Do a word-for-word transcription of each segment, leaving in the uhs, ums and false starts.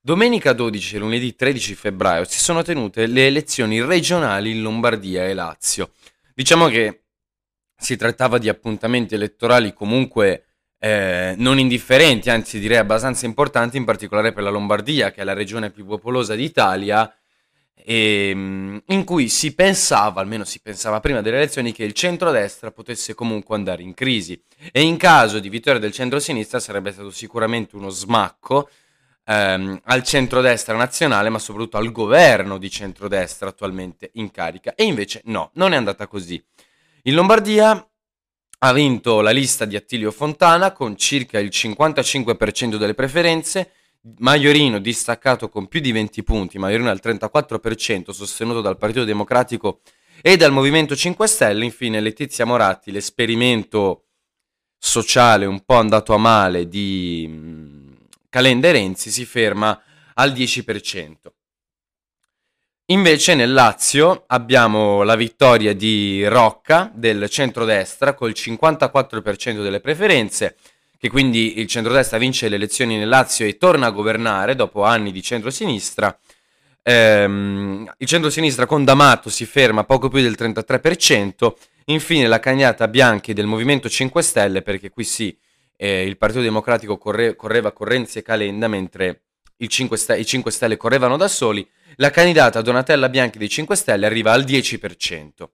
Domenica dodici e lunedì tredici febbraio si sono tenute le elezioni regionali in Lombardia e Lazio. Diciamo che si trattava di appuntamenti elettorali comunque eh, non indifferenti, anzi direi abbastanza importanti, in particolare per la Lombardia, che è la regione più popolosa d'Italia, e, mm, in cui si pensava, almeno si pensava prima delle elezioni, che il centrodestra potesse comunque andare in crisi. E in caso di vittoria del centrosinistra sarebbe stato sicuramente uno smacco ehm, al centrodestra nazionale, ma soprattutto al governo di centrodestra attualmente in carica. E invece no, non è andata così. In Lombardia ha vinto la lista di Attilio Fontana con circa il cinquantacinque per cento delle preferenze, Maiorino distaccato con più di venti punti, Maiorino al trentaquattro per cento, sostenuto dal Partito Democratico e dal Movimento cinque Stelle. Infine Letizia Moratti, l'esperimento sociale un po' andato a male di mh, Calenda e Renzi, si ferma al dieci per cento. Invece nel Lazio abbiamo la vittoria di Rocca del centrodestra col cinquantaquattro per cento delle preferenze, che quindi il centrodestra vince le elezioni nel Lazio e torna a governare dopo anni di centrosinistra. Ehm, il centrosinistra con D'Amato si ferma a poco più del trentatré per cento. Infine la cagnata Bianchi del Movimento cinque Stelle, perché qui sì, eh, il Partito Democratico corre- correva con Renzi e Calenda, mentre il cinque Ste- i cinque Stelle correvano da soli. La candidata Donatella Bianchi dei cinque Stelle arriva al dieci per cento.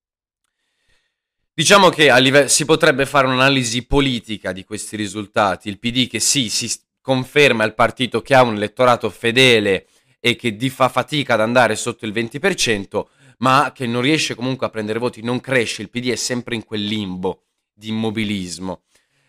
Diciamo che a live- si potrebbe fare un'analisi politica di questi risultati. Il P D che sì, si conferma il partito che ha un elettorato fedele e che di fa fatica ad andare sotto il venti per cento, ma che non riesce comunque a prendere voti, non cresce. Il P D è sempre in quel limbo di immobilismo.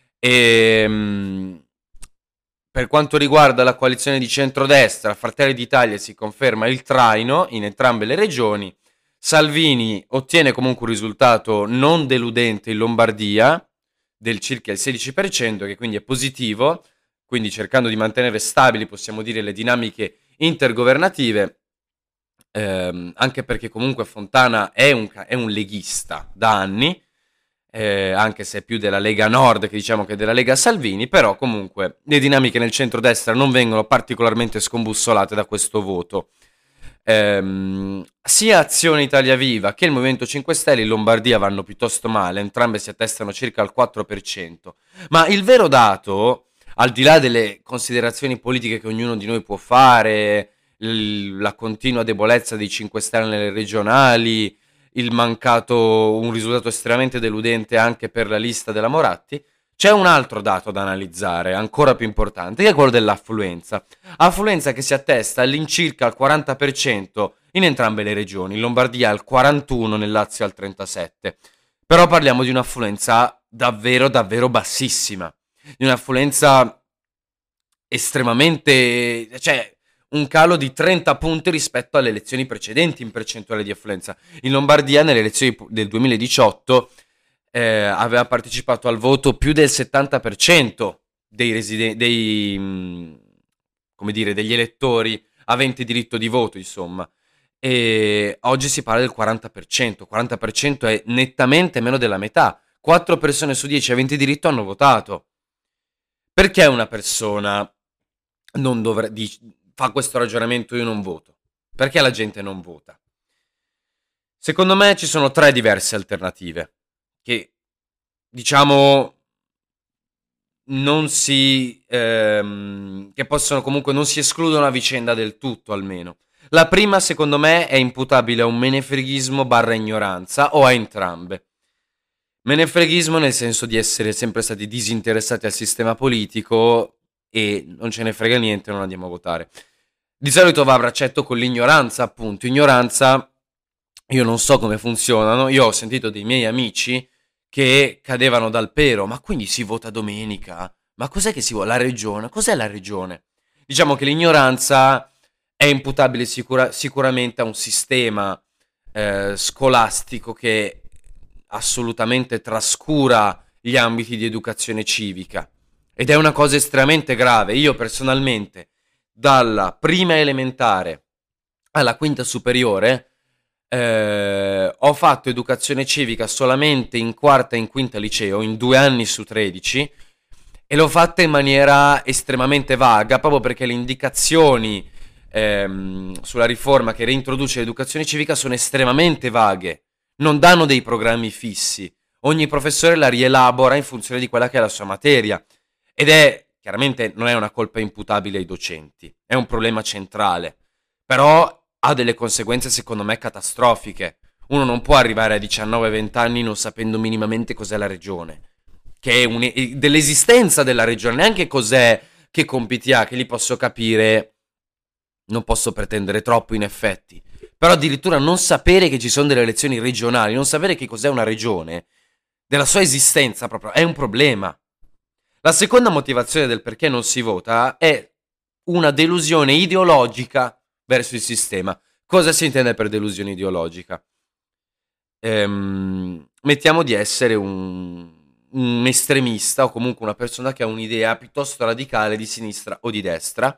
E, per quanto riguarda la coalizione di centrodestra, Fratelli d'Italia si conferma il traino in entrambe le regioni. Salvini ottiene comunque un risultato non deludente in Lombardia, del circa il sedici per cento, che quindi è positivo, quindi cercando di mantenere stabili, possiamo dire, le dinamiche intergovernative, ehm, anche perché comunque Fontana è un, è un leghista da anni, eh, anche se è più della Lega Nord che diciamo che della Lega Salvini, però comunque le dinamiche nel centrodestra non vengono particolarmente scombussolate da questo voto. Ehm, sia Azione Italia Viva che il Movimento cinque Stelle in Lombardia vanno piuttosto male, entrambe si attestano circa al quattro per cento, ma il vero dato, al di là delle considerazioni politiche che ognuno di noi può fare, l- la continua debolezza dei cinque Stelle nelle regionali, il mancato, un risultato estremamente deludente anche per la lista della Moratti, c'è un altro dato da analizzare, ancora più importante, che è quello dell'affluenza. Affluenza che si attesta all'incirca al quaranta per cento in entrambe le regioni, in Lombardia al quarantuno per cento, nel Lazio al trentasette per cento. Però parliamo di un'affluenza davvero, davvero bassissima, di un'affluenza estremamente, cioè un calo di trenta punti rispetto alle elezioni precedenti in percentuale di affluenza. In Lombardia nelle elezioni del duemiladiciotto eh, aveva partecipato al voto più del settanta per cento dei, residen- dei mh, come dire, degli elettori aventi diritto di voto, insomma. E oggi si parla del quaranta per cento. quaranta per cento è nettamente meno della metà. quattro persone su dieci aventi diritto hanno votato. Perché una persona non dovrebbe fa questo ragionamento: io non voto? Perché la gente non vota? Secondo me ci sono tre diverse alternative che, diciamo, non si ehm, che possono comunque non si escludono a vicenda del tutto, almeno. La prima, secondo me, è imputabile a un menefreghismo barra ignoranza, o a entrambe. Menefreghismo nel senso di essere sempre stati disinteressati al sistema politico e non ce ne frega niente, non andiamo a votare. Di solito va a braccetto con l'ignoranza, appunto. Ignoranza, io non so come funzionano, io ho sentito dei miei amici che cadevano dal pero: ma quindi si vota domenica? Ma cos'è che si vota? La regione? Cos'è la regione? Diciamo che l'ignoranza è imputabile sicura- sicuramente a un sistema eh, scolastico che assolutamente trascura gli ambiti di educazione civica. Ed è una cosa estremamente grave. Io personalmente, dalla prima elementare alla quinta superiore, eh, ho fatto educazione civica solamente in quarta e in quinta liceo, in due anni su tredici, e l'ho fatta in maniera estremamente vaga, proprio perché le indicazioni ehm, sulla riforma che reintroduce l'educazione civica sono estremamente vaghe, non danno dei programmi fissi, ogni professore la rielabora in funzione di quella che è la sua materia, ed è, chiaramente non è una colpa imputabile ai docenti, è un problema centrale, però ha delle conseguenze secondo me catastrofiche. Uno non può arrivare a diciannove venti anni non sapendo minimamente cos'è la regione, che è un, dell'esistenza della regione, neanche cos'è, che compiti ha, che li posso capire, non posso pretendere troppo in effetti, però addirittura non sapere che ci sono delle elezioni regionali, non sapere che cos'è una regione, della sua esistenza proprio, è un problema. La seconda motivazione del perché non si vota è una delusione ideologica verso il sistema. Cosa si intende per delusione ideologica? Ehm, mettiamo di essere un, un estremista o comunque una persona che ha un'idea piuttosto radicale di sinistra o di destra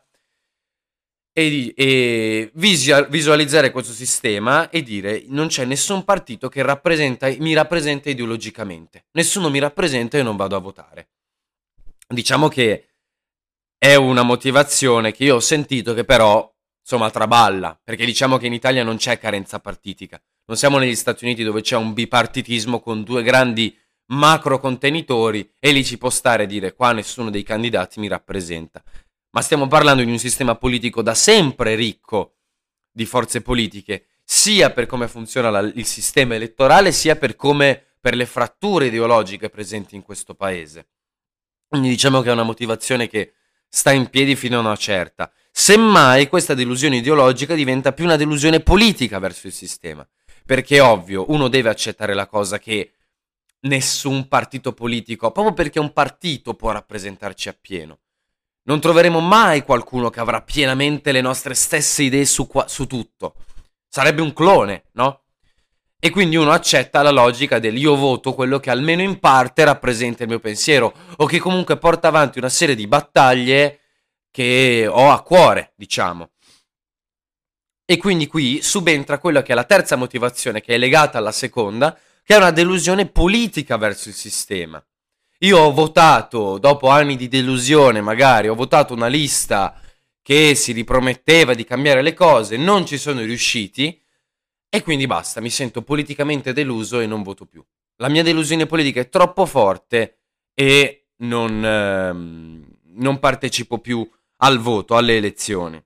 e, di- e visual- visualizzare questo sistema e dire non c'è nessun partito che rappresenta, mi rappresenta ideologicamente, nessuno mi rappresenta e non vado a votare. Diciamo che è una motivazione che io ho sentito che però, insomma, traballa, perché diciamo che in Italia non c'è carenza partitica. Non siamo negli Stati Uniti dove c'è un bipartitismo con due grandi macro contenitori e lì ci può stare a dire qua nessuno dei candidati mi rappresenta. Ma stiamo parlando di un sistema politico da sempre ricco di forze politiche, sia per come funziona la- il sistema elettorale, sia per come per le fratture ideologiche presenti in questo paese. Quindi diciamo che è una motivazione che sta in piedi fino a una certa. Semmai questa delusione ideologica diventa più una delusione politica verso il sistema. Perché è ovvio, uno deve accettare la cosa che nessun partito politico, proprio perché un partito può rappresentarci appieno. Non troveremo mai qualcuno che avrà pienamente le nostre stesse idee su, qua- su tutto. Sarebbe un clone, no? E quindi uno accetta la logica del io voto quello che almeno in parte rappresenta il mio pensiero o che comunque porta avanti una serie di battaglie che ho a cuore, diciamo. E quindi qui subentra quella che è la terza motivazione, che è legata alla seconda, che è una delusione politica verso il sistema. Io ho votato, dopo anni di delusione magari, ho votato una lista che si riprometteva di cambiare le cose, non ci sono riusciti e quindi basta, mi sento politicamente deluso e non voto più. La mia delusione politica è troppo forte e non, ehm, non partecipo più al voto, alle elezioni.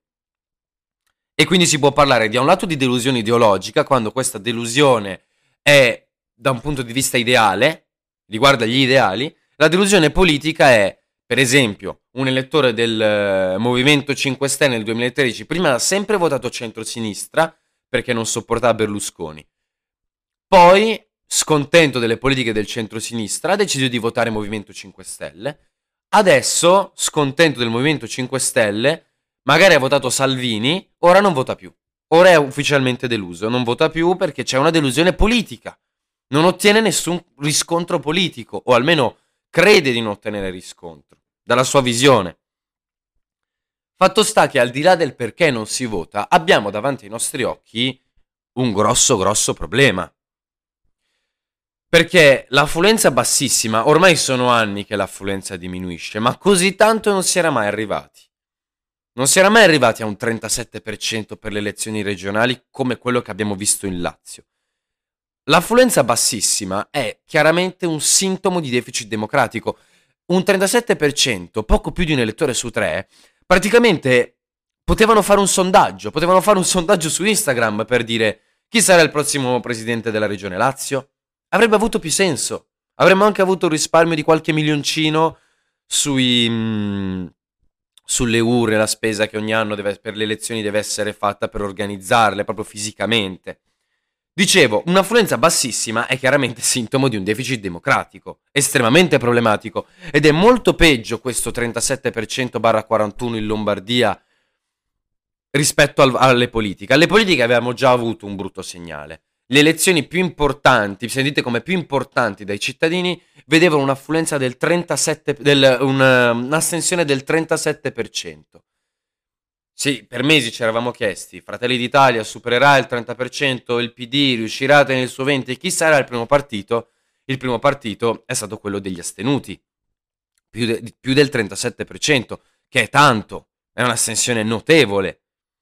E quindi si può parlare da un lato di delusione ideologica, quando questa delusione è da un punto di vista ideale, riguarda gli ideali. La delusione politica è, per esempio, un elettore del eh, Movimento cinque Stelle nel duemilatredici prima ha sempre votato centrosinistra perché non sopportava Berlusconi. Poi, scontento delle politiche del centrosinistra, ha deciso di votare Movimento cinque Stelle. Adesso, scontento del Movimento cinque Stelle, magari ha votato Salvini, ora non vota più. Ora è ufficialmente deluso, non vota più perché c'è una delusione politica. Non ottiene nessun riscontro politico, o almeno crede di non ottenere riscontro, dalla sua visione. Fatto sta che al di là del perché non si vota, abbiamo davanti ai nostri occhi un grosso, grosso problema. Perché l'affluenza bassissima, ormai sono anni che l'affluenza diminuisce, ma così tanto non si era mai arrivati. Non si era mai arrivati a un trentasette per cento per le elezioni regionali come quello che abbiamo visto in Lazio. L'affluenza bassissima è chiaramente un sintomo di deficit democratico. Un trentasette per cento, poco più di un elettore su tre, praticamente potevano fare un sondaggio, potevano fare un sondaggio su Instagram per dire chi sarà il prossimo presidente della regione Lazio. Avrebbe avuto più senso. Avremmo anche avuto un risparmio di qualche milioncino sui, mh, sulle urne, la spesa che ogni anno deve, per le elezioni deve essere fatta per organizzarle proprio fisicamente. Dicevo, un'affluenza bassissima è chiaramente sintomo di un deficit democratico, estremamente problematico, ed è molto peggio questo trentasette per cento quarantuno per cento in Lombardia rispetto al- alle politiche. Alle politiche avevamo già avuto un brutto segnale. Le elezioni più importanti, sentite come più importanti dai cittadini, vedevano un'affluenza del trentasette, del, un, un'astensione del trentasette per cento. Sì, per mesi ci eravamo chiesti, Fratelli d'Italia supererà il trenta per cento, il P D riuscirà a tenere il suo venti per cento, chi sarà il primo partito? Il primo partito è stato quello degli astenuti. più, de- più del trentasette per cento, che è tanto, è un'astensione notevole.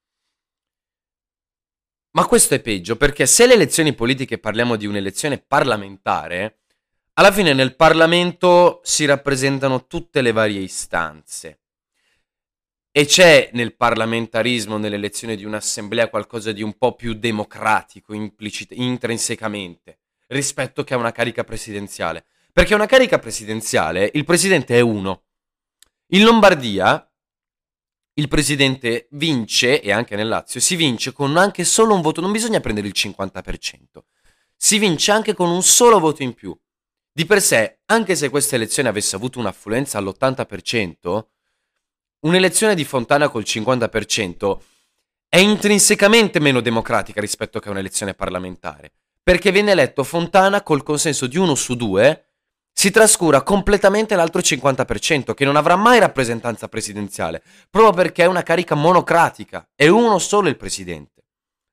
Ma questo è peggio, perché se le elezioni politiche parliamo di un'elezione parlamentare, alla fine nel Parlamento si rappresentano tutte le varie istanze. E c'è nel parlamentarismo, nell'elezione di un'assemblea, qualcosa di un po' più democratico, implicit- intrinsecamente, rispetto che a una carica presidenziale. Perché una carica presidenziale, il presidente è uno. In Lombardia, il presidente vince, e anche nel Lazio, si vince con anche solo un voto, non bisogna prendere il cinquanta per cento. Si vince anche con un solo voto in più. Di per sé, anche se questa elezione avesse avuto un'affluenza all'ottanta per cento, un'elezione di Fontana col cinquanta per cento è intrinsecamente meno democratica rispetto che a un'elezione parlamentare, perché viene eletto Fontana col consenso di uno su due, si trascura completamente l'altro cinquanta per cento, che non avrà mai rappresentanza presidenziale, proprio perché è una carica monocratica, è uno solo il presidente.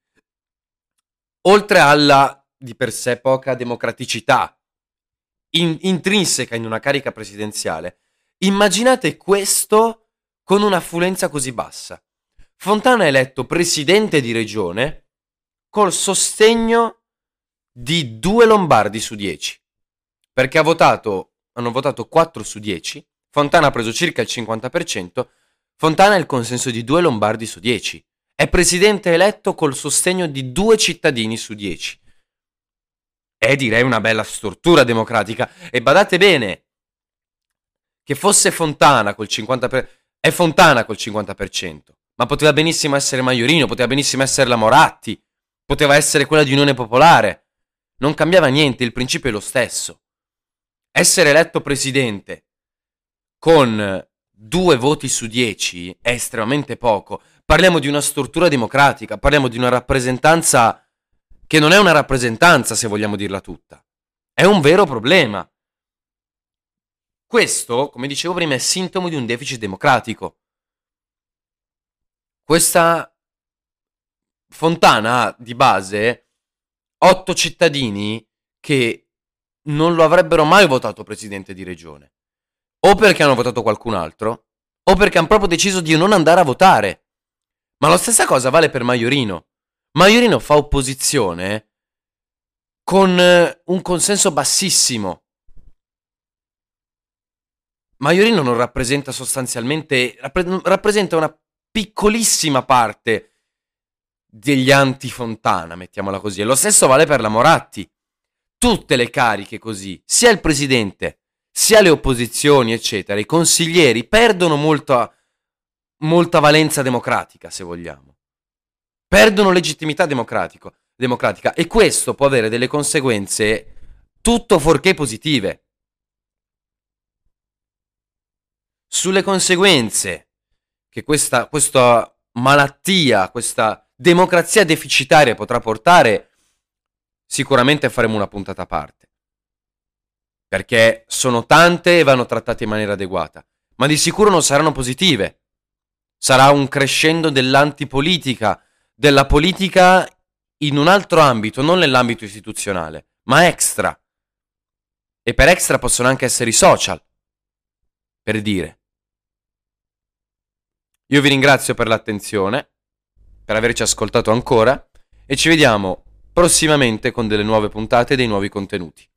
Oltre alla di per sé poca democraticità in- intrinseca in una carica presidenziale, immaginate questo con un'affluenza così bassa. Fontana è eletto presidente di regione col sostegno di due lombardi su dieci, perché ha votato, hanno votato quattro su dieci, Fontana ha preso circa il cinquanta per cento, Fontana ha il consenso di due lombardi su dieci, è presidente eletto col sostegno di due cittadini su dieci. È direi una bella stortura democratica, e badate bene, che fosse Fontana col cinquanta per cento, è Fontana col cinquanta per cento, ma poteva benissimo essere Maiorino, poteva benissimo essere la Moratti, poteva essere quella di Unione Popolare. Non cambiava niente, il principio è lo stesso. Essere eletto presidente con due voti su dieci è estremamente poco. Parliamo di una stortura democratica, parliamo di una rappresentanza che non è una rappresentanza, se vogliamo dirla tutta. È un vero problema. Questo, come dicevo prima, è sintomo di un deficit democratico. Questa Fontana ha di base otto cittadini che non lo avrebbero mai votato presidente di regione, o perché hanno votato qualcun altro, o perché hanno proprio deciso di non andare a votare. Ma la stessa cosa vale per Maiorino. Maiorino fa opposizione con un consenso bassissimo. Maiorino non rappresenta sostanzialmente, rappre- rappresenta una piccolissima parte degli anti-Fontana, mettiamola così. E lo stesso vale per la Moratti. Tutte le cariche così, sia il presidente, sia le opposizioni, eccetera, i consiglieri perdono molta, molta valenza democratica, se vogliamo. Perdono legittimità democratico, democratica, e questo può avere delle conseguenze tutto fuorché positive. Sulle conseguenze che questa, questa malattia, questa democrazia deficitaria potrà portare, sicuramente faremo una puntata a parte, perché sono tante e vanno trattate in maniera adeguata, ma di sicuro non saranno positive. Sarà un crescendo dell'antipolitica, della politica in un altro ambito, non nell'ambito istituzionale, ma extra. E per extra possono anche essere i social, per dire. Io vi ringrazio per l'attenzione, per averci ascoltato ancora, e ci vediamo prossimamente con delle nuove puntate e dei nuovi contenuti.